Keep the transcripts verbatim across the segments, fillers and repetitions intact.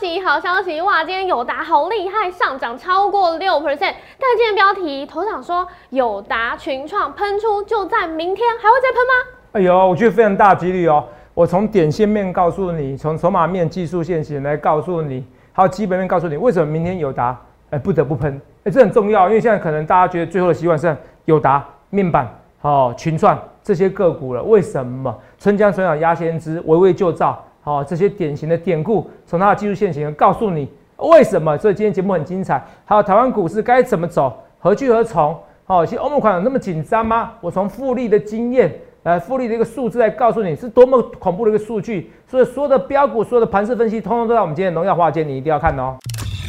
息，好消息！哇，今天友达好厉害，上涨超过六 percent。但今天标题，头长说友达群创喷出，就在明天，还会再喷吗？ 哎呦，我觉得非常大几率哦。我从点线面告诉你，从筹码面、技术线型来告诉你，还有基本面告诉你，为什么明天友达哎不得不喷？哎，这很重要，因为现在可能大家觉得最后的希望是友达、面板、哦群创这些个股了。为什么？春江水暖鸭先知，围魏救赵。好、哦，这些典型的典故，从它的技术线型告诉你为什么。所以今天节目很精彩，还有台湾股市该怎么走，何去何从？好、哦，其实欧盟款有那么紧张吗？我从复利的经验，呃，复利的一个数字来告诉你，是多么恐怖的一个数据。所以所有的标股，所有的盘势分析，通通都在我们今天的荣耀华尔街，你一定要看哦。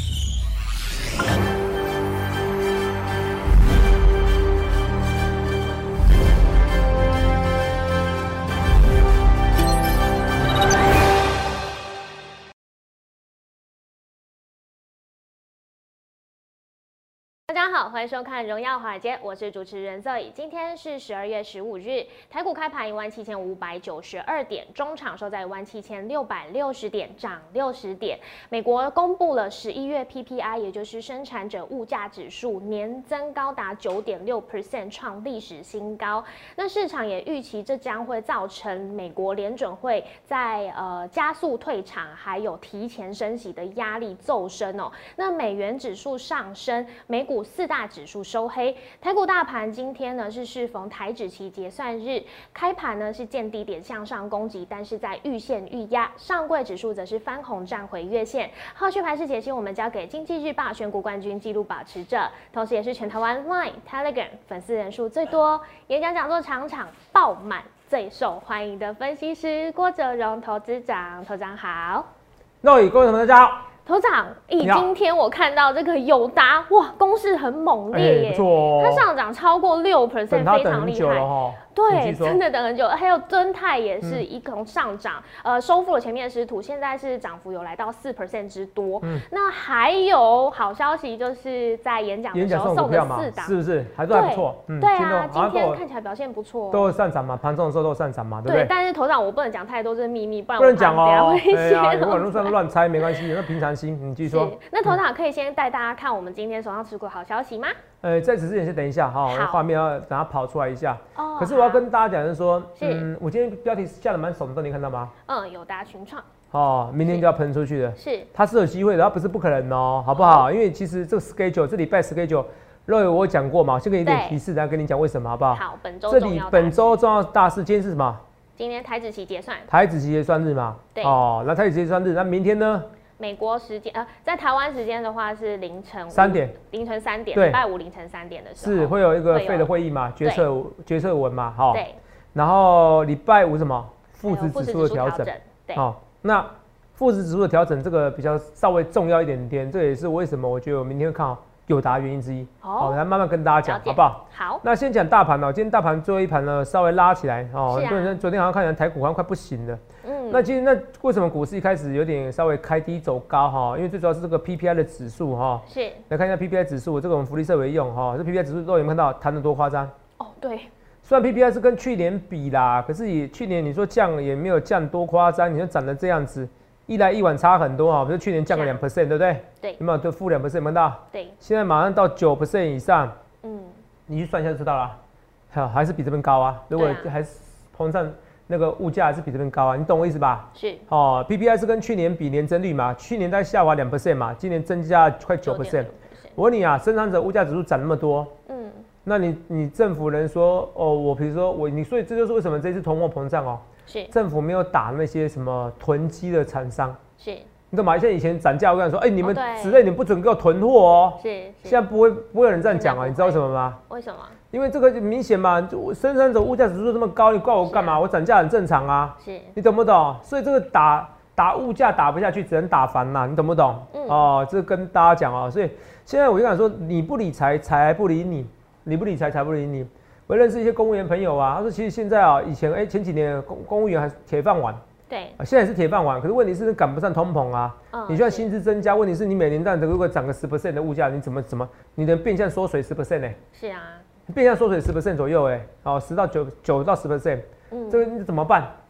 大家好，欢迎收看《荣耀华尔街》，我是主持人 Zoe。今天是十二月十五日，台股开盘一万七千五百九十二点，中场收在一万七千六百六十点，涨六十点。美国公布了十一月 P P I， 也就是生产者物价指数，年增高达九点六 percent， 创历史新高。那市场也预期这将会造成美国联准会在呃加速退场，还有提前升息的压力骤升哦。那美元指数上升，美股四大指数收黑，台股大盘今天呢是适逢台指期结算日，开盘呢是见低点向上攻击，但是在预线预压，上柜指数则是翻红站回月线。后续盘势解析我们交给经济日报选股冠军纪录保持者，同时也是全台湾 Line、Telegram 粉丝人数最多、演讲讲座场场爆满、最受欢迎的分析师郭哲荣投资长，头长好。 各位观众大家好。 头长，咦，今天我看到这个友达，哇，攻势很猛烈耶， 不错哦， 它上涨超过六 percent， 非常厉害。对，真的等很久。还有敦泰也是一同上涨，嗯、呃，收复了前面的失土，现在是涨幅有来到四 percent 之多。嗯，那还有好消息，就是在演讲的时候送的四档， 是不是还都还不错？ 嗯，对啊，今天看起来表现不错， 都上涨嘛，盘中的时候都上涨嘛，对不对？ 对，但是头长我不能讲太多，这是秘密，不然不能讲哦。 对啊，如果网络上乱猜没关系，那平常心，你继续说。 那头长可以先带大家看我们今天手上持股好消息吗？ 呃，在此之前先等一下哈，画面要等它跑出来一下。 哦。 可是我要跟大家讲的是说，嗯，我今天标题下的蛮耸的，你看到吗？ 嗯，友达群创。 哦，明天就要喷出去了。 是。 它是有机会的，它不是不可能哦，好不好？因为其实这个 schedule 这礼拜 schedule， 若有我讲过嘛，先给你一点提示，然后跟你讲为什么，好不好？ 好，本周这里本周重要大事，今天是什么？ 今天台指期结算。 台指期结算日嘛。 对。 哦，那台指期结算日，那明天呢？ 美国时间呃，在台湾时间的话是凌晨三点， 凌晨三点，礼拜五凌晨三点的时候是会有一个费的会议嘛，决策决策文嘛，好。 对。 然后礼拜五什么？富时指数的调整。 对。 好，那富时指数的调整这个比较稍微重要一点点，这也是为什么我觉得我明天会看好友达原因之一。好，来慢慢跟大家讲，好不好？ 好。 那先讲大盘哦，今天大盘最后一盘呢稍微拉起来哦，很多人昨天好像看起来台股好像快不行了。嗯，那其实那为什么股市一开始有点稍微开低走高哈？因为最主要是这个 P P I 的指数哈。 是。 来看一下 P P I 指数，这个我们福利社为用哈，这 P P I 指数都有没有看到弹得多夸张？ 哦，对。 虽然 P P I 是跟去年比啦，可是也去年你说降也没有降多夸张，你说涨得这样子，一来一往差很多哈，比如去年降个两 percent， 对不对？ 对。 有没有就负两 percent 看到？ 对。 现在马上到九 percent 以上， 嗯， 你去算一下就知道了，好，还是比这边高啊。如果还是膨胀。那个物价还是比这边高啊，你懂我意思吧？ 是哦 ，P P I 是跟去年比年增率嘛，去年在下滑两 percent 嘛，今年增加快九 percent。我问你啊，生产者物价指数涨那么多，嗯，那你你政府人说哦，我比如说我你，所以这就是为什么这次通货膨胀哦，是政府没有打那些什么囤积的厂商，是，你懂吗？像以前涨价，我跟你说，哎、欸，你们之类你不准给我囤货哦，是，现在不会不会有人这样讲啊，你知道为什么吗？ 为什么？ 因为这个明显嘛，生产者物价指数这么高，你怪我干嘛？我涨价很正常啊，是，你懂不懂？所以这个打打物价打不下去，只能打房啦，你懂不懂？嗯、哦，这跟大家讲哦，所以现在我就想说，你不理财，财不理你；你不理财，财不理你。我认识一些公务员朋友啊，他说其实现在啊，以前哎、欸、前几年公公务员还是铁饭碗，对，啊现在也是铁饭碗，可是问题是赶不上通膨啊。嗯、你就算薪资增加，问题是你每年这样子如果涨个十 percent 的物价，你怎么怎么你能变相缩水十 percent 呢？是啊。变相缩水十 percent 左右，哎，哦，十到九九到十 percent，嗯，这个你怎么办？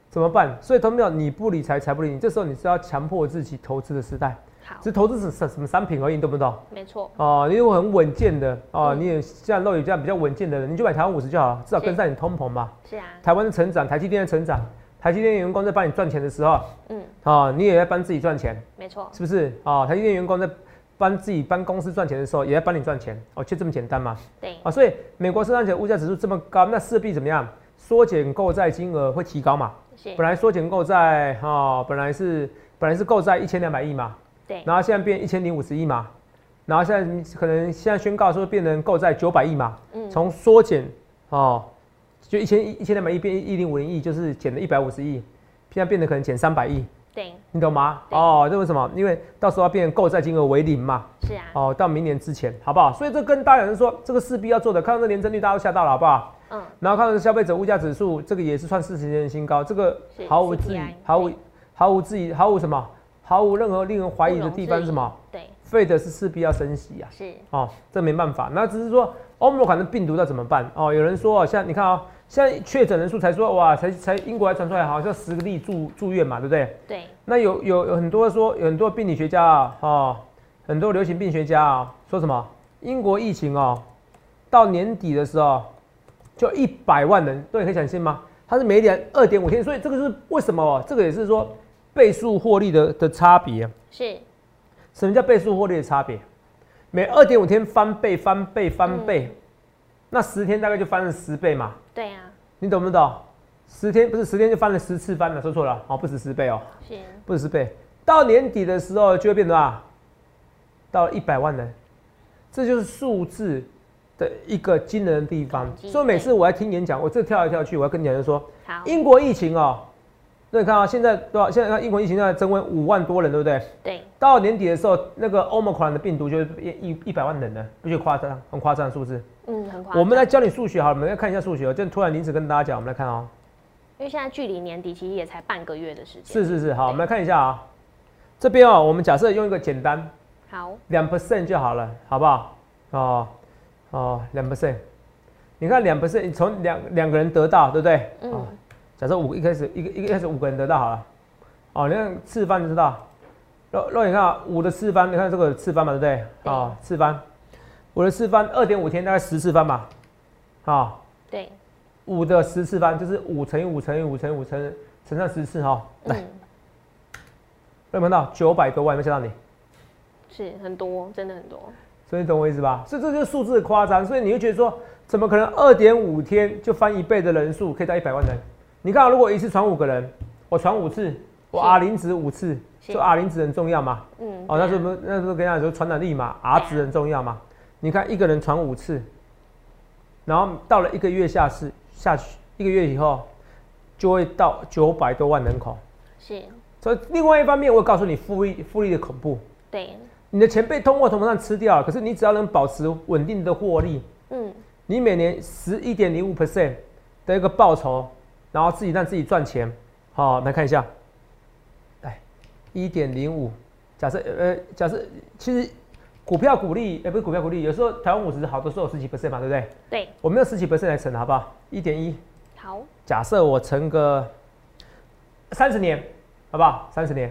怎么办？所以投票你不理财，财不理你。这时候你是要强迫自己投资的时代。 好， 只是投资是什什么商品而已，你懂不懂？ 没错。 哦，你如果很稳健的哦， 嗯、 你也像肉宇这样比较稳健的人，你就买台湾五十就好了，至少跟上你通膨嘛。 是啊。 台湾的成长，台积电的成长，台积电员工在帮你赚钱的时候，嗯，哦，你也在帮自己赚钱。 没错。是不是？哦，台积电员工在帮自己帮公司赚钱的时候，也在帮你赚钱。哦，就这么简单嘛。 对。 啊，所以美国生产者物价指数这么高，那势必怎么样？缩减购债金额会提高嘛？是。本来缩减购债，哈、哦，本来是本来是购债一千两百亿嘛。 对， 然后现在变一千零五十亿嘛，然后现在可能现在宣告说变成购债九百亿嘛，嗯，从缩减哦，就一千一千两百亿变一零五零亿，就是减了一百五十亿，现在变得可能减三百亿， 对， 你懂吗？哦，这为什么？因为到时候要变成购债金额为零嘛， 是啊， 哦，到明年之前，好不好？所以这跟大家人说，这个势必要做的，看到这年增率大家都吓到了，好不好？嗯，然后看到消费者物价指数，这个也是创四十年新高，这个毫无质疑，毫无毫无质疑，毫无什么？毫无任何令人怀疑的地方是什么？ 对 ，Fed是势必要升息啊。 是哦，这没办法。那只是说欧盟款的病毒要怎么办？哦，有人说，像你看哦，现在确诊人数才说哇，才才英国还传出来好像十个例住住院嘛，对不对？ 对。 那有有有很多说，有很多病理学家啊，哦，很多流行病学家啊，说什么英国疫情哦，到年底的时候就一百万人，对，可以相信吗？它是每年二点五天，所以这个是为什么哦？这个也是说。倍数获利的的差别是， 什么叫倍数获利的差别？每二点五天翻倍、翻倍、翻倍，嗯、那十天大概就翻了十倍嘛。 对啊， 你懂不懂？十天不是十天就翻了十次翻了，说错了哦，不止十倍哦， 是， 不止十倍。到年底的时候就会变成啊，到一百万人，这就是数字的一个惊人的地方。所以每次我在听演讲，我这跳来跳去，我要跟讲人说，英国疫情哦。所以你看啊，现在多少？现在看英国疫情在增温五万多人，对不对？ 对。 到年底的时候，那个 Omicron 的病毒就一一百万人了，不觉得夸张？很夸张，是不是？ 嗯，很夸张。 我们来教你数学好了，我们来看一下数学。就突然临时跟大家讲，我们来看哦。 因为现在距离年底其实也才半个月的时间。 是是是，好，我们来看一下啊。这边哦，我们假设用一个简单， 好， 两 percent 就好了，好不好？哦哦，两 percent。你看两 percent， 从两两个人得到，对不对？嗯。哦假设五一开始一个一开始五个人得到好了，哦，你看次方就知道，若若你看啊，五的次方，你看这个次方嘛，对不对？啊、哦，次方，五的次方，二点五天大概十次方嘛，啊、哦， 对， 五的十次方就是五乘以五乘以五乘以五乘乘上十次哈、哦，来，有没有看到九百多万？有没有吓到你？ 是很多，真的很多。 所以你懂我意思吧？所以这就是数字的夸张，所以你会觉得说，怎么可能二点五天就翻一倍的人数可以到一百万人？你看，如果一次传五个人，我传五次，我 R 零值五次，就 R 零值很重要嘛。嗯。哦，那时候那时候跟大家说传染力嘛 ，R 值很重要嘛。你看一个人传五次，然后到了一个月下次下去，一个月以后就会到九百多万人口。 是。 所以另外一方面，我告诉你复利复利的恐怖。 对。 你的钱被通货膨胀吃掉了，可是你只要能保持稳定的获利，嗯，你每年十一点零五 percent 的一个报酬。然后自己让自己赚钱，好，来看一下，来一点零五，假设呃假设其实股票股利，哎、欸、不是股票股利，有时候台湾五十好多时候有十几 percent 嘛，对不对？ 对， 我们用十几 percent 来乘，好不好？一点一， 好， 假设我乘个三十年，好不好？三十年，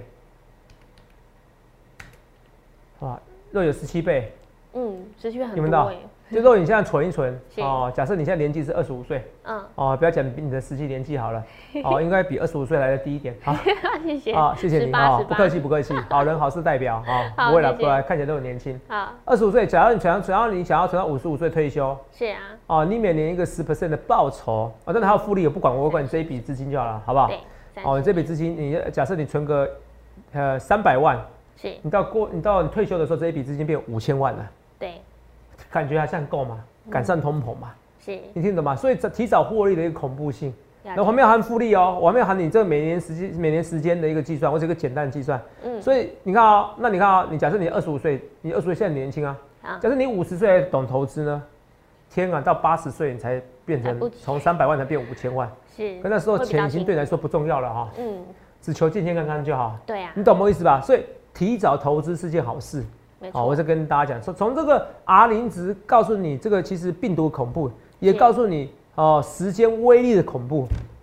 啊，若有十七倍， 嗯，十七倍很多、欸， 有没有到？就说你现在存一存哦，假设你现在年纪是二十五岁，嗯，哦，不要讲比你的实际年纪好了，哦，应该比二十五岁来的低一点，好， 谢谢， 啊，谢谢你啊，不客气不客气，好人好事代表啊，不会了不会，看起来都很年轻，好，二十五岁，假如你想要只要你想要存到五十五岁退休， 是啊， 哦，你每年一个十 percent 的报酬，哦，但是还有复利，我不管我管你这一笔资金就好了，好不好？对，哦，你这笔资金，你假设你存个呃三百万，是，你到过你到你退休的时候，这一笔资金变五千万了，对。感觉还算够嘛？赶上通膨嘛？是，你听懂吗？所以提早获利的一个恐怖性，然后还没有含复利哦，我还没有含你这个每年时间每年时间的一个计算，或者一个简单的计算。嗯，所以你看啊、喔，那你看啊、喔，你假设你二十五岁，你二十岁现在年轻啊，假设你五十岁懂投资呢，天啊，到八十岁你才变成从三百万才变五千万，是，可那时候钱已经对你来说不重要了哈、喔，嗯，只求健健康康就好。对啊，你懂我意思吧？所以提早投资是件好事。好，我再跟大家讲说，从这个 R 零值告诉你，这个其实病毒恐怖，也告诉你哦、呃、时间威力的恐怖。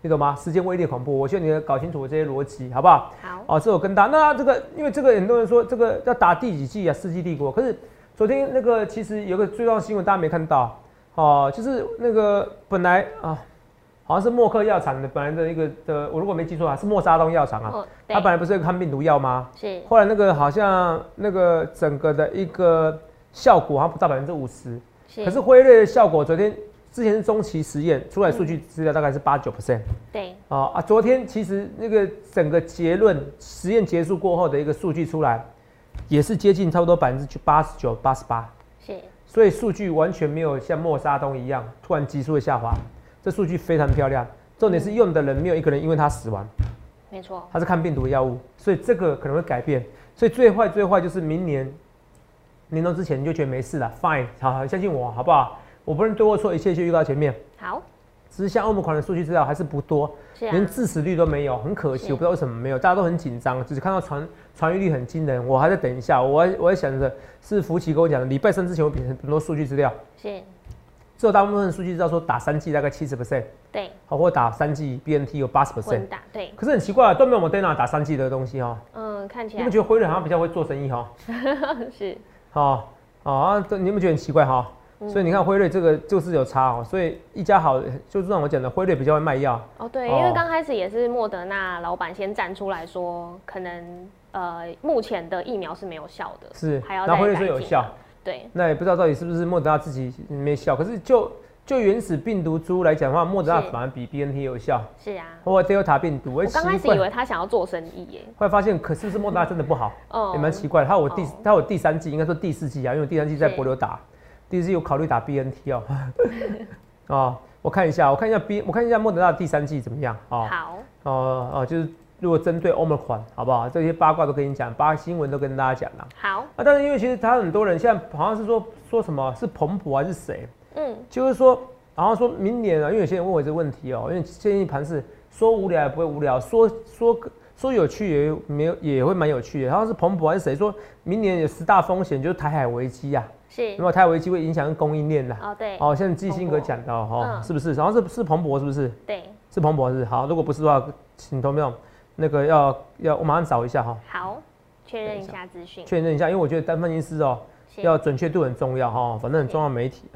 你懂吗？时间威力恐怖，我希望你搞清楚这些逻辑，好不好？ 好。 哦，这我跟大家。那这个，因为这个很多人说这个要打第几季啊？世纪帝国。可是昨天那个其实有个最重要的新闻，大家没看到哦，就是那个本来啊。好像是默克药厂的本来的一个的，我如果没记错啊，是默沙东药厂啊。哦、它本来不是有个抗病毒药吗？ 是。 后来那个好像那个整个的一个效果好像不到百分之五十。是。可是辉瑞的效果，昨天之前是中期实验出来数据资料大概是八九 percent。 对。 啊啊，昨天其实那个整个结论实验结束过后的一个数据出来，也是接近差不多百分之八十九、八十八。 是。 所以数据完全没有像默沙东一样突然急速的下滑。这数据非常漂亮，重点是用的人没有一个人因为他死亡， 没错， 它是抗病毒的药物，所以这个可能会改变。所以最坏最坏就是明年年终之前你就觉得没事了 ，fine， 好，相信我好不好？我不能对或错，一切就预告前面。 好， 只是像欧姆款的数据资料还是不多，是啊、连致死率都没有，很可惜，我不知道为什么没有，大家都很紧张，只是看到传传阅率很惊人，我还在等一下，我还我还想着是福奇跟我讲的，礼拜三之前我给很多数据资料。 是。 只有大部分的数据知道说打三剂大概七十 percent， 对， 好，或打三剂 B N T 有八十 percent， 打对。 可是很奇怪，都没有 Moderna 打三剂的东西哈。 嗯，看起来。 你们觉得辉瑞好像比较会做生意哈？ 是。 好，啊，你们觉得很奇怪哈？嗯、所以你看辉瑞这个就是有差哦，所以一家好，就是像我讲的，辉瑞比较会卖药。 哦，对，哦、因为刚开始也是莫德纳老板先站出来说，可能呃目前的疫苗是没有效的， 是， 还要然后辉瑞说有效。 对， 那也不知道到底是不是莫德纳自己没效，可是就就原始病毒株来讲的话，莫德纳反而比 B N T 有效。 是啊， 或 Delta 病毒， 我刚开始以为他想要做生意耶， 后来发现可是是莫德纳真的不好，哦，也蛮奇怪的。他有第他有第三季，应该说第四季啊，因为第三季在帛琉打，第四季有考虑打 B N T 哦。哦，我看一下，我看一下 B， 我看一下莫德纳的第三季怎么样啊？ 好， 哦哦，就是。如果针对 Omicron 好不好？这些八卦都跟你讲，八新闻都跟大家讲了。 好啊，但是因为其实他很多人现在好像是说说什么是彭博还是谁？ 嗯， 就是说，然后说明年啊，因为有些人问我这个问题哦、喔，因为现在盘是说无聊也不会无聊，说说说有趣也没有也会蛮有趣的。然后是彭博还是谁说明年有十大风险就是台海危机啊？ 是， 那么台海危机会影响供应链啦。 哦，对。 哦，像基辛格讲的哈、嗯，是不是？然后是是彭博是不是？ 对， 是彭博是。好，如果不是的话，请投票。那个要要，我马上找一下哈。 好，确认一下资讯。 确认一下，因为我觉得单分析师哦、喔，要准确度很重要哈，反正很重要媒体啊。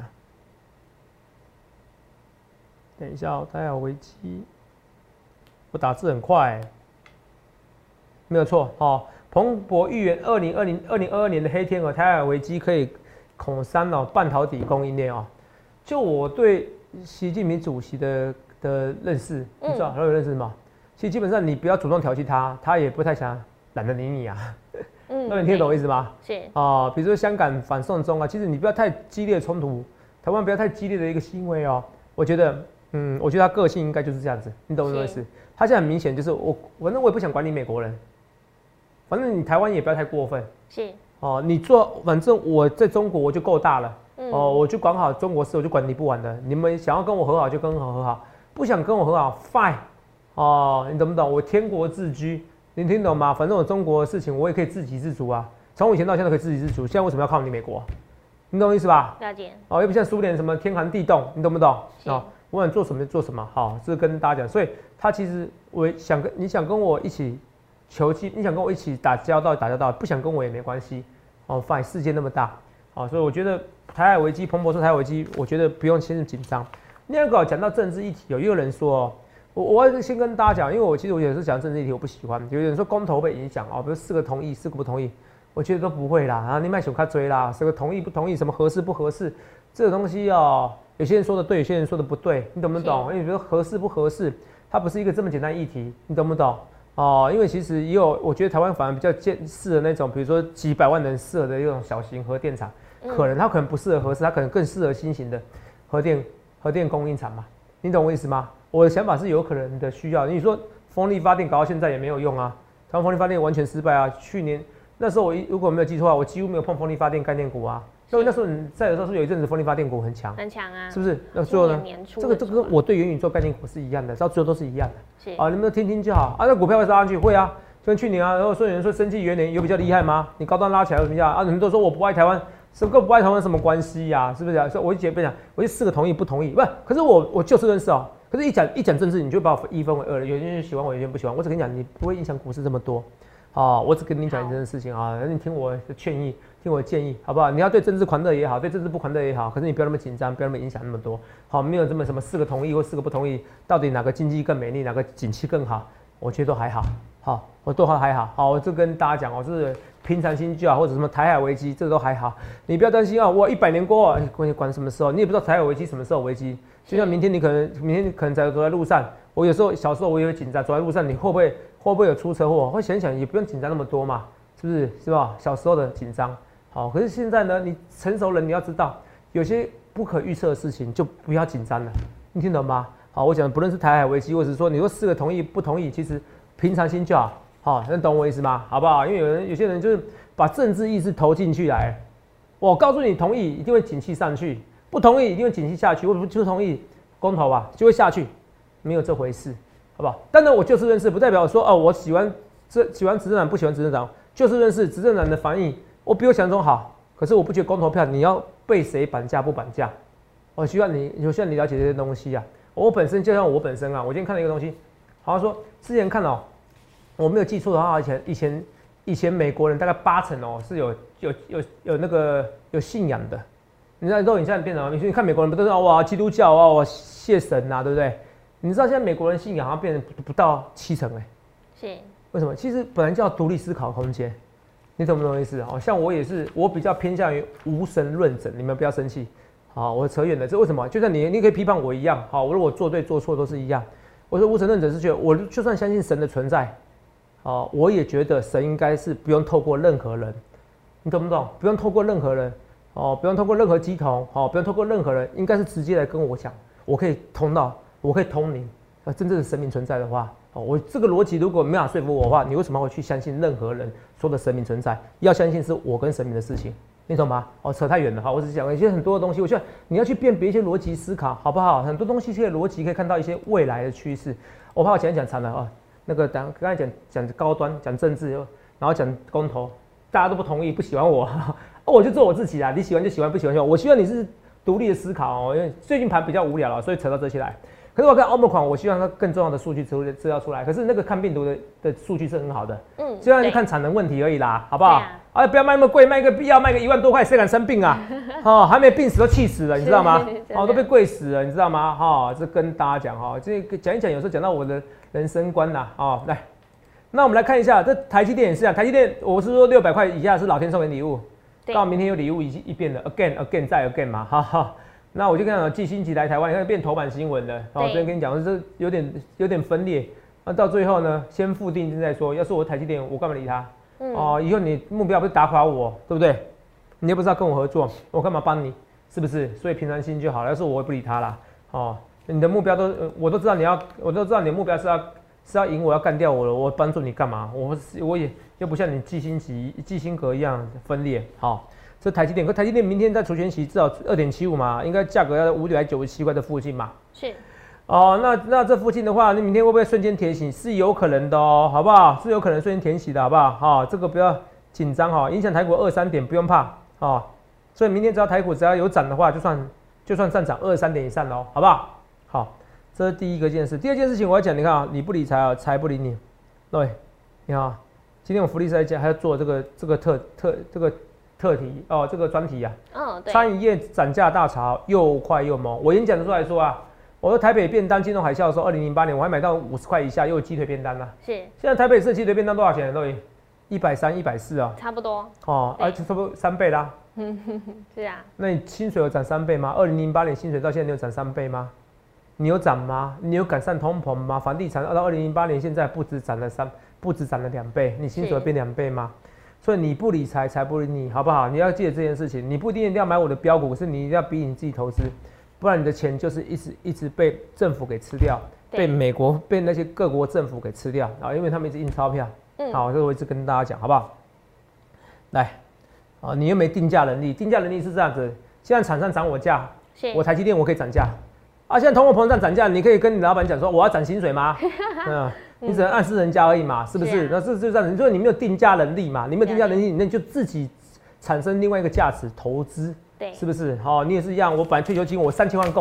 等一下、喔，台海危机，我打字很快、欸，没有错哦。彭博预言，二零二零二零二二年的黑天鹅台海危机可以恐伤哦、喔、半导体供应链哦。就我对习近平主席的的认识，你知道还有认识吗？其实基本上你不要主动调戏他，他也不太想懒得理你啊。嗯，那你听得懂我意思吗？ 是啊、呃，比如说香港反送中啊，其实你不要太激烈的冲突，台湾不要太激烈的一个行为哦。我觉得，嗯，我觉得他个性应该就是这样子，你懂我意思？他现在很明显就是我，反正我也不想管你美国人，反正你台湾也不要太过分。 是哦、呃，你做，反正我在中国我就够大了，哦、嗯呃，我就管好中国事，我就管你不完的。你们想要跟我和好就跟我和好，不想跟我和好 ，fine。哦，你懂不懂？我天国自居，你听懂吗？反正我中国的事情我也可以自给自足啊，从以前到现在都可以自给自足，现在为什么要靠你美国？你懂我意思吧？ 了解。 哦，又不像苏联什么天寒地冻，你懂不懂？哦，我想做什么就做什么，好，这是跟大家讲。所以他其实我想跟你想跟我一起求机，你想跟我一起打交道打交道，不想跟我也没关系。哦 ，fine， 世界那么大，哦，所以我觉得台海危机，彭博说台海危机，我觉得不用先紧张。另外一个讲到政治议题，有一个人说。我我要先跟大家讲，因为我其实我有时候讲政治议题我不喜欢，有人说公投被影响哦，比如四个同意，四个不同意，我觉得都不会啦啊，你买手卡追啦，这个同意不同意，什么合适不合适，这个东西哦，有些人说的对，有些人说的不对，你懂不懂？因为比如说合适不合适，它不是一个这么简单议题，你懂不懂？哦，因为其实也有，我觉得台湾反而比较适合那种，比如说几百万人适合的一种小型核电厂，可能它可能不适合合适，它可能更适合新型的核电核电供应厂嘛，你懂我意思吗？我的想法是有可能的需要。你说风力发电搞到现在也没有用啊，台湾风力发电完全失败啊。去年那时候我如果没有记错的话，我几乎没有碰风力发电概念股啊。因为那时候你在的时候是有一阵子风力发电股很强， 很强啊， 是不是？那最后呢？这个这个跟我对元宇宙概念股是一样的，到最后都是一样的。是啊，你们听听就好啊。那股票会杀上去，会啊，就跟去年啊。然后说有人说生技元年有比较厉害吗？你高端拉起来有什么样啊？你们都说我不爱台湾。什么跟不爱台湾什么关系呀、啊？是不是、啊？所以我一直不讲，我就四个同意不同意，不，可是我我就事论事哦。可可是一讲一讲政治，你就把我一分为二了，有些人喜欢我，有些人不喜欢。我只跟你讲，你不会影响股市这么多。哦，我只跟你讲一件事情啊，你听我的劝议，听我的建议，好不好？你要对政治狂热也好，对政治不狂热也好，可是你不要那么紧张，不要那么影响那么多。好，没有这么什么四个同意或四个不同意，到底哪个经济更美丽，哪个景气更好？我觉得都还好。好，我都还好。好，我就跟大家讲哦，就是平常心就好，或者什么台海危机，这个都还好。你不要担心啊，我一百年过后，你管什么时候？你也不知道台海危机什么时候危机。就像明天你可能明天可能在走在路上，我有时候小时候我也会紧张，走在路上你会不会会不会有出车祸？会想想也不用紧张那么多嘛，是不是？是吧？小时候的紧张，好，可是现在呢，你成熟人你要知道，有些不可预测的事情就不要紧张了，你听懂吗？好，我讲不论是台海危机，或者是说你说四个同意不同意，其实平常心就好，好，能懂我意思吗？好不好？因为有人有些人就是把政治意识投进去来，我告诉你同意一定会景气上去。不同意一定会景气下去，我不同意公投啊就会下去，没有这回事，好不好？当然我就事论事，不代表说哦我喜欢这喜欢执政党不喜欢执政党，就事论事，执政党的防疫我比我想象中好，可是我不觉得公投票你要被谁绑架不绑架，我需要你，我需要你了解这些东西啊。我本身就像我本身啊，我今天看了一个东西，好像说之前看哦，我没有记错的话，以前以前以前美国人大概八成哦是有有有有那个有信仰的。你知道肉影现在变成你看美国人不都是哇基督教啊，哇谢神啊，对不对？你知道现在美国人信仰好像变成不到七成哎、欸，是为什么？其实本来叫独立思考空间，你懂不懂我意思？哦，像我也是，我比较偏向于无神论者，你们不要生气。好，我扯远了，这为什么？就像你，你可以批判我一样，好，我如果做对做错都是一样。我说无神论者是觉得，我就算相信神的存在，哦，我也觉得神应该是不用透过任何人，你懂不懂？不用透过任何人。哦，不用透过任何鸡同，哦，不用透过任何人，应该是直接来跟我讲，我可以通到，我可以通灵。呃，真正的神明存在的话，哦，我这个逻辑如果没法说服我的话，你为什么会去相信任何人说的神明存在？要相信是我跟神明的事情，你懂吗？哦，扯太远了哈，我只是讲一些很多的东西，我觉得你要去辨别一些逻辑思考，好不好？很多东西这些逻辑可以看到一些未来的趋势。我怕我讲一讲长了啊，那个刚刚才讲讲高端，讲政治，然后讲公投，大家都不同意，不喜欢我。哦，我就做我自己啦，你喜欢就喜欢，不喜欢就我希望你是独立的思考哦，因为最近盘比较无聊了，所以扯到这些来。可是我看欧盟款，我希望它更重要的数据资料出来。可是那个看病毒的的数据是很好的，嗯，虽然就看产能问题而已啦，好不好？啊，啊不要卖那么贵，卖个必要卖个一万多块，谁敢生病啊？哦，还没病死都气死了，你知道吗？哦，都被贵死了，你知道吗？哈、哦，这跟大家讲哈，这个讲一讲，有时候讲到我的人生观啦，哦，来，那我们来看一下，这台积电也是啊，台积电我是说六百块以下是老天送给礼物。到明天有礼物一一变了 ，again again 再 again 嘛，哈哈。那我就跟你讲，季新奇来台湾，你看变头版新闻了。哦，昨天跟你讲，这有点有点分裂。那到最后呢，先付定金再说。要是我台积电，我干嘛理他？嗯、哦，以后你目标不是打垮我，对不对？你又不是要跟我合作，我干嘛帮你？是不是？所以平常心就好了。要是我也不理他啦。哦，你的目标都我都知道你要，我都知道你的目标是要是要赢我，要干掉我了。我帮助你干嘛？我我也。又不像你季新奇、季新格一样分裂，好，这台积电，可台积电明天在除权息至少二点七五嘛，应该价格要在五百九十七块的附近嘛。是，哦，那那这附近的话，你明天会不会瞬间填息？是有可能的哦，好不好？是有可能瞬间填息的，好不好？好、哦，这个不要紧张哈，影响台股二三点不用怕哦。所以明天只要台股只要有涨的话，就算就算上涨二三点以上喽，好不好？好，这是第一个件事。第二件事情我要讲，你看啊，理不理财啊，财不理你，对，你看啊。今天我福利社还要做这个这个特特这个特题哦，这个专题啊。嗯，对。餐饮业涨价大潮，又快又猛。我演讲的时候来说啊，我说台北便当金融海啸的时候，二零零八年我还买到五十块以下，又有鸡腿便当啊。是。现在台北市鸡腿便当多少钱？都一百三、一百四啊。差不多。哦，而且差不多三倍啦。嗯哼哼，是啊。那你薪水有涨三倍吗？二零零八年薪水到现在你有涨三倍吗？你有涨吗？你有赶上通膨吗？房地产到二零零八年现在不止涨了三。不止涨了两倍，你薪水变两倍吗？所以你不理财，财不理你，好不好？你要记得这件事情，你不一定一定要买我的标股，可是你一定要逼你自己投资，不然你的钱就是一直一直被政府给吃掉，被美国被那些各国政府给吃掉啊，因为他们一直印钞票。嗯，好，这个我一直跟大家讲，好不好？来，啊，你又没定价能力，定价能力是这样子，现在厂商涨我价，我台积电我可以涨价，啊，现在通货膨胀涨价，你可以跟你老板讲说我要涨薪水吗？嗯。你只能暗示人家而已嘛，是不是？是啊、那这就这样，你说你没有定价能力嘛，你没有定价能力，那你就自己产生另外一个价值投资，对，是不是？好、哦，你也是一样。我本来退休金我三千万够了，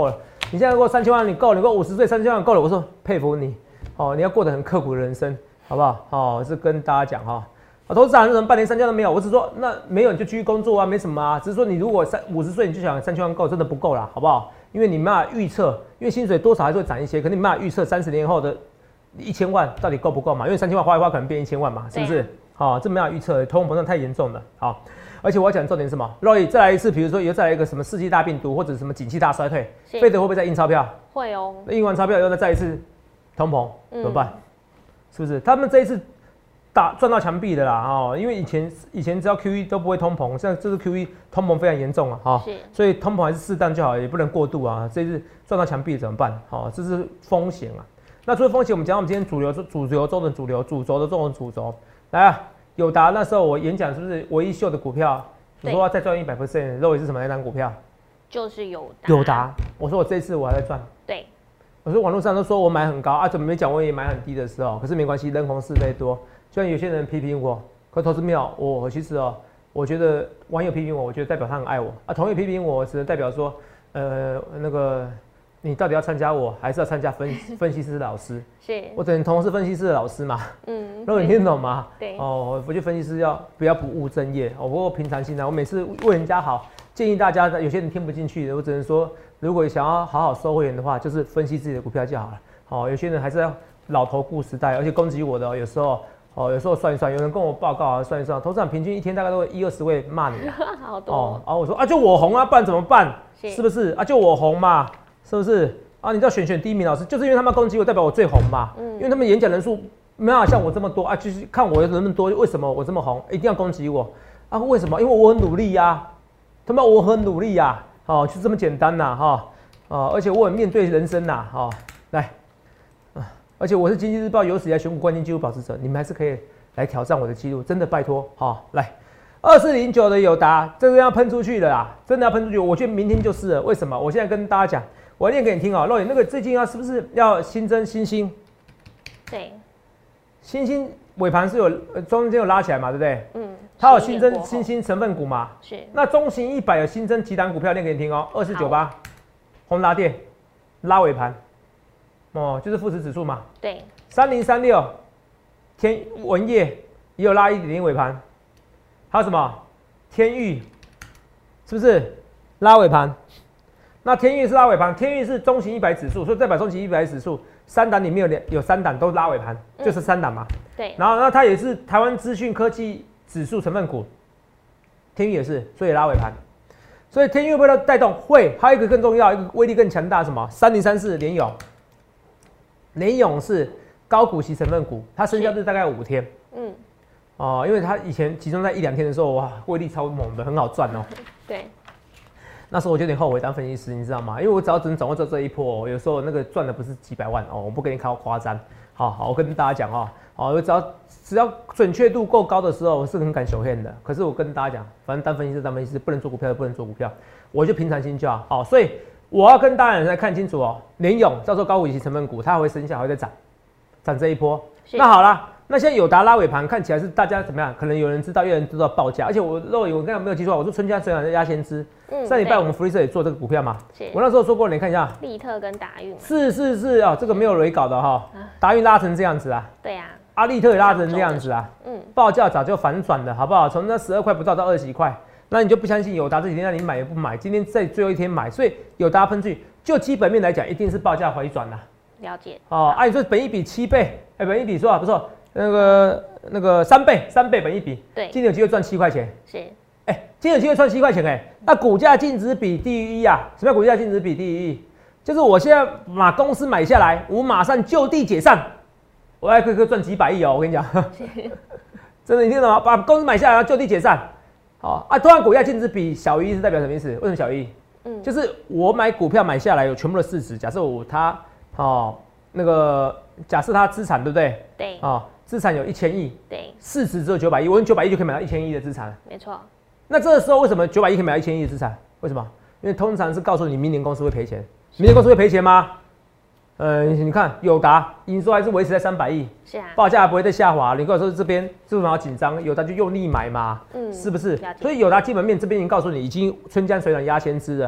你现在过三千万你够，你过五十岁三千万够了，我说佩服你，哦，你要过得很刻苦的人生，好不好？哦，是跟大家讲哈。啊，投资人什么半年三千万都没有，我只说那没有你就继续工作啊，没什么啊，只是说你如果三五十岁你就想三千万够，真的不够啦，好不好？因为你没办法预测，因为薪水多少还是会涨一些，可是你没办法预测三十年后的一千万到底够不够嘛？因为三千万花一花可能变一千万嘛，是不是？好、啊哦，这没办法预测，通货膨胀太严重了。好，而且我要讲重点是什么 ？Roy 再来一次，比如说又再来一个什么世纪大病毒或者什么景气大衰退，费德会不会再印钞票？ 会哦。 印完钞票以后再再一次通膨，怎么办？嗯、是不是？他们这一次。打撞到墙壁的啦，哦，因为以前以前只要 Q E 都不会通膨，现在这次 Q E 通膨非常严重啊，哈、哦，所以通膨还是适当就好，也不能过度啊。这次撞到墙壁怎么办？好、哦，这是风险啊。那除了风险，我们讲我们今天主流主流中的主流，主轴的中的主轴，来啊，友达那时候我演讲是不是唯一秀的股票？我说要再赚一百 percent， 肉也是什么那张股票？就是友达。友达，我说我这次我还在赚。对。我说网络上都说我买很高啊，怎么没讲我也买很低的时候？可是没关系，人红是非多。虽然有些人批评我，可投资妙，我我其实哦，我觉得网友批评我，我觉得代表他很爱我啊。同业批评我，只能代表说，呃，那个你到底要参加我，还是要参加分分析师的老师？是，我等同是分析师的老师嘛。嗯，如果你听懂吗？对。哦，我觉得分析师要不要不务正业？哦，不过平常心啊，我每次为人家好，建议大家，有些人听不进去的，我只能说，如果想要好好收会员的话，就是分析自己的股票就好了。好、哦，有些人还是要老头顾时代，而且攻击我的、哦，有时候。哦，有时候算一算，有人跟我报告啊，算一算，投资者平均一天大概都会一二十位骂你，好多哦。然后我说啊，就我红啊，不然怎么办？是, 是不是啊？就我红嘛，是不是啊？你知道选选第一名老师，就是因为他们攻击我，代表我最红嘛。嗯，因为他们演讲人数没办法像我这么多啊，就是看我人那么多，为什么我这么红？一定要攻击我啊？为什么？因为我很努力呀、啊，他妈我很努力呀、啊，哦，就这么简单呐，哈，啊，而且我很面对人生呐，哈，来。而且我是经济日报有史以来选股冠军纪录保持者，你们还是可以来挑战我的纪录，真的拜托，好，来，二四零九的友达，这个要喷出去的啦，真的要喷出去，我觉得明天就是了。为什么？我现在跟大家讲，我念给你听啊、喔，肉眼那个最近要是不是要新增新兴？对，新兴尾盘是有中间有拉起来嘛，对不对？嗯，它有新增新兴成分股嘛？是。那中型一百有新增几档股票，念给你听哦、喔，二四九八，宏达电拉尾盘。哦，就是富时指数嘛。对，三零三六，天文业也有拉一点点尾盘，还有什么天钰，是不是拉尾盘？那天钰是拉尾盘，天钰是中型一百指数，所以代表中型一百指数三档里面有两有三档都拉尾盘，嗯、就是三档嘛。对。然后那它也是台湾资讯科技指数成分股，天钰也是，所以拉尾盘。所以天钰会不会带动？会。还有一个更重要，一个威力更强大，什么？三零三四联咏。联咏是高股息成分股，它生效日大概五天。嗯，哦、呃，因为它以前集中在一两天的时候，哇，威力超猛的，很好赚哦。对，那时候我就有点后悔当分析师，你知道吗？因为我只要只能掌握这这一波、哦，有时候那个赚的不是几百万哦，我不跟你开夸张。好好，我跟大家讲哦，好，我只要只要准确度够高的时候，我是很敢小骗的。可是我跟大家讲，反正当分析师当分析师，不能做股票就不能做股票，我就平常心就好。好，所以。我要跟大家来看清楚哦，联咏叫做高股息成分股，它还会生效，还会再涨，涨这一波。那好啦，那现在友达拉尾盘看起来是大家怎么样？可能有人知道，有人知道报价。而且我肉我刚才没有记错，我说春江水暖的压先知。嗯，上礼拜我们福利社也做这个股票嘛。我那时候说过，你看一下，利特跟达运。是是是啊、哦，这个没有雷搞的哈、哦，达运拉成这样子啊。对啊。阿利特也拉成这样子啊。嗯。报价早就反转了，好不好？从那十二块不到到二十几块。那你就不相信友达这几天让你买也不买，今天在最后一天买，所以友达喷出去，就基本面来讲，一定是报价回转啦。了解。哦，按、啊、你说本益比七倍，哎、欸，本益比说啊不错，那个那个三倍，三倍本益比，对，今天有机会赚七块钱。是。哎、欸，今天有机会赚七块钱，哎，那股价净值比低于一啊？什么叫股价净值比低于一？就是我现在把公司买下来，我马上就地解散，我还可以赚几百亿哦，我跟你讲。真的，你听懂吗？把公司买下来，就地解散。哦啊，突然股价净值比小于一是代表什么意思？为什么小于一？嗯，就是我买股票买下来有全部的市值，假设我它哦那个假设它资产对不对？对。哦，资产有一千亿，对，市值只有九百亿，我用九百亿就可以买到一千亿的资产。没错。那这个时候为什么九百亿可以买到一千亿的资产？为什么？因为通常是告诉你明年公司会赔钱，明年公司会赔钱吗？呃，你看友达营收还是维持在三百亿，是啊，报价还不会再下滑。你跟我说这边是不是好紧张？友达就用力买嘛，嗯，是不是？所以友达基本面这边已经告诉你，已经春江水暖鸭先知了。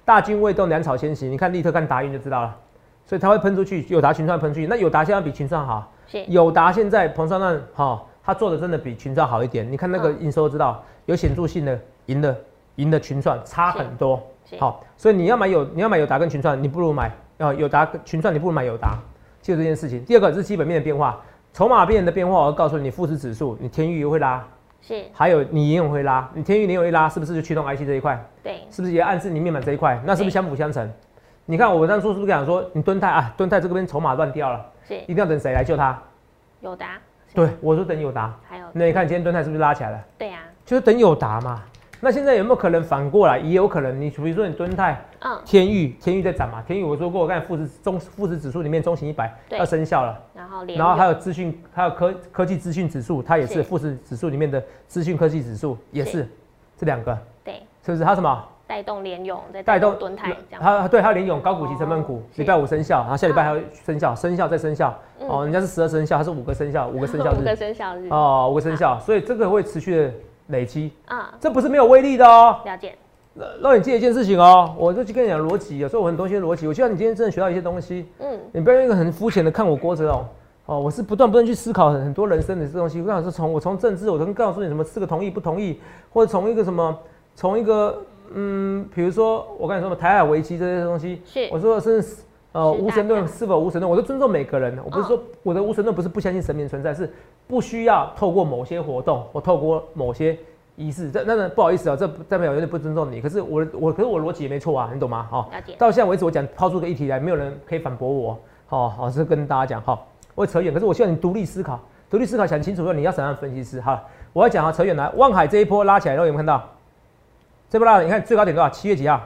大军未动，粮草先行。你看立特看达运就知道了，所以它会喷出去，友达群创喷出去。那友达现在比群创好，友达现在彭双นั่哈，它做的真的比群创好一点。你看那个营收知道，有显著性的赢了赢了群创差很多。好，所以你要买友你要买友达跟群创，你不如买啊友达群创，你不如买友达。记住这件事情。第二个是基本面的变化，筹码面的变化，我要告诉你，富时指数，你天钰会拉。是，还有你联咏会拉，你天钰联咏一拉，是不是就驱动 I C 这一块？对，是不是也暗示你面板这一块？那是不是相辅相成？你看我当初是不是讲说，你敦泰啊，敦泰这边筹码乱掉了，是，一定要等谁来救它？友达。对，我说等友达。还有，那你看今天敦泰是不是拉起来了？对呀、啊，就是等友达嘛。那现在有没有可能反过来？也有可能，你比如说你敦泰，嗯，天钰，天钰在涨嘛？天钰我说过，我刚才富时中富时指数里面中型一百要生效了，然后然后还有资讯，还有科科技资讯指数，它也是富时指数里面的资讯科技指数，也是这两个，对，是不是？它什么？带动联咏，再带动敦泰，它对，还有联咏高股息成分股，礼拜五生效，然后下礼拜还要生效，生效再生效，哦，人家是十二生效，它是五个生效，五个生效日，五个生效日，哦，五个生效，所以这个会持续的。累积啊，这不是没有威力的哦。了解。让你记一件事情哦，我就去跟你讲逻辑，有时候我很多些逻辑，我希望你今天真的学到一些东西。嗯，你不要用一个很肤浅的看我郭哲哦。哦，我是不断不断去思考很多人生的这东西。我想是从我从政治，我能告诉你什么四个同意不同意，或者从一个什么，从一个嗯，比如说我跟你说什么台海危机这些东西，是我说是呃无神论是否无神论，我都尊重每个人。我不是说我的无神论不是不相信神明存在，是不需要透过某些活动或透过某些仪式。这那不好意思啊、喔，这代表有点不尊重你。可是我我可是我逻辑也没错啊，你懂吗？好、喔，到现在为止我讲抛出个议题来，没有人可以反驳我。好好是跟大家讲好，我会扯远，可是我希望你独立思考，独立思考想清楚后你要怎样分析师。好，我要讲啊，扯远来，万海这一波拉起来，然后有没有看到？这波拉，你看最高点多少？七月几号？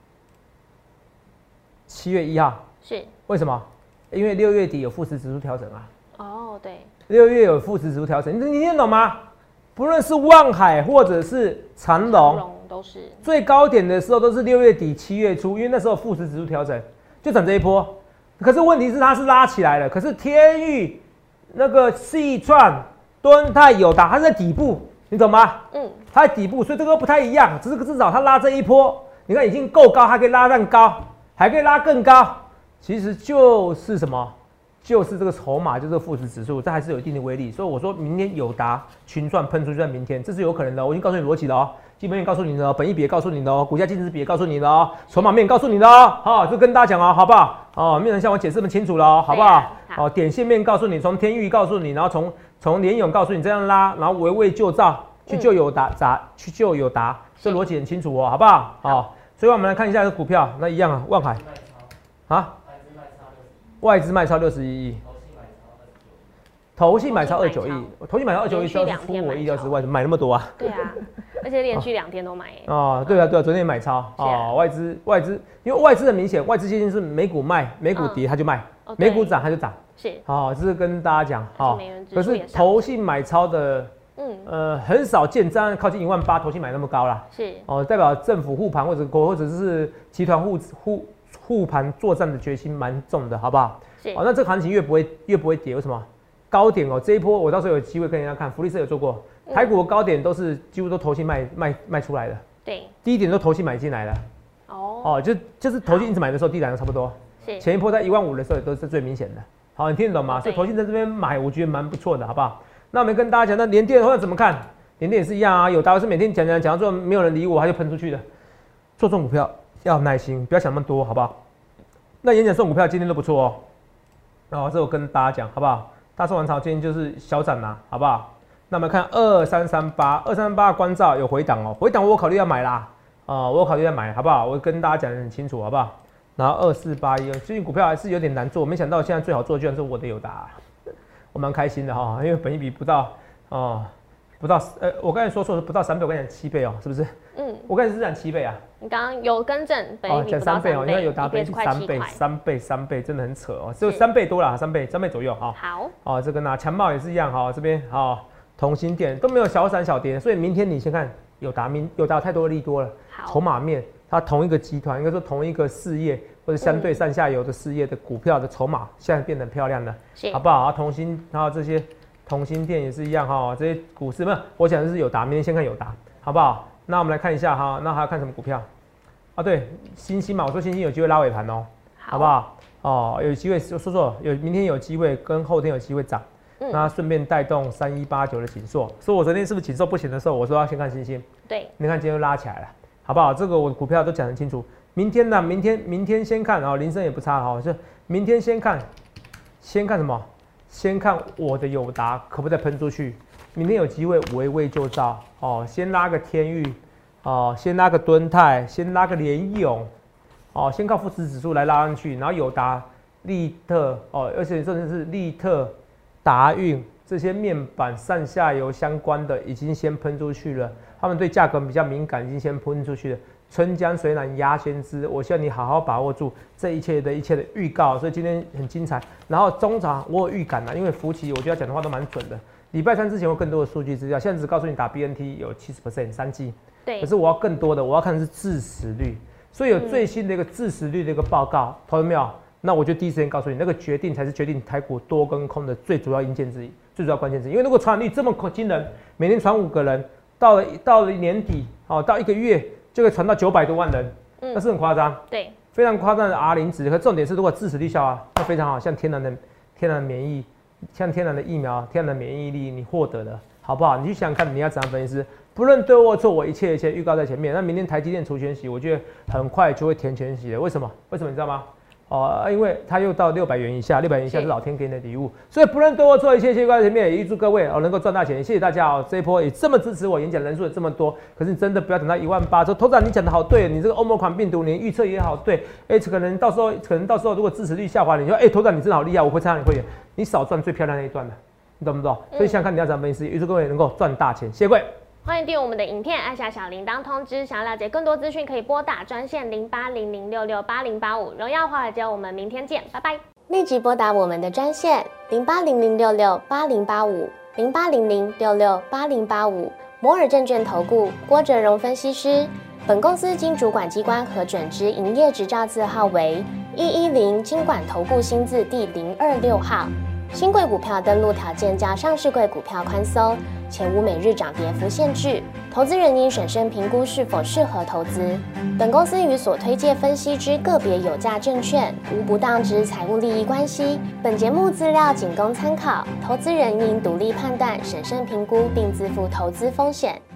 七月一号。是。为什么？因为六月底有富时指数调整啊。哦，对。六月有富时指数调整，你你听懂吗？不论是万海或者是长荣，都是最高点的时候都是六月底七月初，因为那时候富时指数调整就涨这一波。可是问题是它是拉起来了，可是天钰、那个细创、敦泰、友达，它是在底部，你懂吗？嗯，它在底部，所以这个不太一样。只是至少它拉这一波，你看已经够高，还可以拉更高，还可以拉更高，其实就是什么？就是这个筹码，就是富时指数，这还是有一定的威力。所以我说明天友达、群创喷出去在明天，这是有可能的。我已经告诉你逻辑了哦，基本面告诉你的哦，本益比也告诉你的哦，股价净值比也告诉你的哦，筹码面告诉你的哦，好，就跟大家讲哦，好不好？哦，没有人像我解释那么清楚了哦，好不好？好，点线面告诉你，从天钰告诉你，然后从从联咏告诉你这样拉，然后围魏救赵，去救友达，达、嗯、去救友达，这逻辑很清楚哦，好不好？好，所以我们来看一下这个股票，那一样啊，万海啊。外资卖超六十一亿，投信买超二九亿，投信买超二九亿，就是出我意料之外，买那么多啊？对啊，而且连续两天都买。哦，对啊，对啊，昨天也买超哦，外资外资，因为外资很明显，外资最近是美股卖，美股跌它就卖，美股涨它就涨。是，好，这是跟大家讲好。可是投信买超的，嗯，呃，很少见，这样靠近一万八，投信买那么高啦。是，哦，代表政府护盘或者或者是集团护护。护盘作战的决心蛮重的，好不好？是哦，那这个行情越不会越不会跌，为什么？高点哦，这一波我到时候有机会跟人家看，福利社有做过，台股的高点都是几乎都投信卖卖卖出来的，对，低点都投信买进来的，哦哦，就就是投信一直买的时候，低点都差不多，是前一波在一万五的时候也都是最明显的，好，你听得懂吗？所以投信在这边买，我觉得蛮不错的，好不好？那我们跟大家讲，那联电的话怎么看？联电也是一样啊，有达是每天讲讲讲到最后没有人理我，他就喷出去的，做这种股票。要有耐心，不要想那么多，好不好？那演讲送股票今天都不错哦。哦，这我跟大家讲，好不好？大宋王朝今天就是小涨啦，好不好？那我们看二三三八，二三三八关照有回档哦，回档我考虑要买啦，啊、呃，我有考虑要买，好不好？我跟大家讲得很清楚，好不好？然后二四八一，最近股票还是有点难做，没想到现在最好做的居然是我的友达，我蛮开心的哈，因为本益比不到哦。不到呃，我刚才说错是不到三倍，我跟你讲七倍哦，是不是？嗯，我刚才是讲七倍啊。你刚刚有更正，本益比不到三倍哦，因为有达倍三倍，三倍三倍真的很扯哦，只有三倍多啦，三倍三倍左右哈。好，哦，这个呢强茂也是一样哈，这边哈同心店都没有小涨小跌，所以明天你先看有达明有达太多的利多了，筹码面它同一个集团应该说同一个事业或者相对上下游的事业的股票的筹码现在变得很漂亮了，好不好？啊，同心然后这些。同心店也是一样哈，这些股市没有，我讲的是友达，明天先看友达，好不好？那我们来看一下哈，那还要看什么股票？ 啊，对，星星嘛，我说星星有机会拉尾盘哦，好, 好不好？哦，有机会说说有明天有机会跟后天有机会涨，嗯、那顺便带动三一八九的紧缩。所以我昨天是不是紧缩不行的时候，我说要先看星星。 对， 你看今天又拉起来了，好不好？这个我股票都讲得清楚。明天呢？明天明天先看啊，铃声也不差哈，就明天先看，先看什么？先看我的友达可不可以再喷出去？明天有机会围魏救赵哦，先拉个天钰哦，先拉个敦泰，先拉个联咏哦，先靠富时指数来拉上去，然后友达、利特哦，而且甚至是利特、达运这些面板上下游相关的已经先喷出去了，他们对价格比较敏感，已经先喷出去了。春江水暖鸭先知，我希望你好好把握住这一切的一切的预告，所以今天很精彩。然后中场我有预感了，因为福奇我觉得讲的话都蛮准的。礼拜三之前有更多的数据资料，现在只告诉你打 B N T 有 百分之七十 三季， 对。 可是我要更多的，我要看的是致死率，所以有最新的一个致死率的一个报告，投了没有？那我就第一时间告诉你，那个决定才是决定台股多跟空的最主要因件之一，最主要关键之一。因为如果传染率这么惊人，每天传五个人，到了到了年底哦，到一个月。就可以传到九百多万人，那是很夸张， 对， 非常夸张的 R 零值。可重点是，如果致死率效啊，那非常好，像天然的天然的免疫，像天然的疫苗，天然的免疫力你获得了，好不好？你去想想看，你要怎样分析？不论对或错，我一切一切预告在前面。那明天台积电除权息，我觉得很快就会填权息了。为什么？为什么你知道吗？哦，因为它又到六百元以下，六百元以下是老天给你的礼物，所以不论对或错，一切一切预告在前面，也预祝各位哦能够赚大钱。谢谢大家哦，这一波也这么支持我，演讲人数也这么多。可是你真的不要等到一万八之后，头长你讲的好对，你这个欧盟款病毒，你预测也好对，哎、欸，可能到时候可能到时候如果支持率下滑，你说哎、欸，头长你真的好厉害，我会参加你会员，你少赚最漂亮那一段的，你懂不懂？所以想想看你要怎么分析，预祝各位能够赚大钱。谢谢各位。 欢迎订阅我们的影片，按下小铃铛通知。想要了解更多资讯，可以拨打专线零八零零六六八零八五。荣耀华尔街，我们明天见，拜拜。立即拨打我们的专线零八零零六六八零八五零八零零六六八零八五。摩尔证券投顾郭哲荣分析师。本公司经主管机关核准之营业执照字号为一一零金管投顾新字第零二六号。新贵股票登录条件较上市贵股票宽松，且无每日涨跌幅限制。投资人应审慎评估是否适合投资。本公司与所推介分析之个别有价证券无不当之财务利益关系。本节目资料仅供参考，投资人应独立判断、审慎评估并自负投资风险。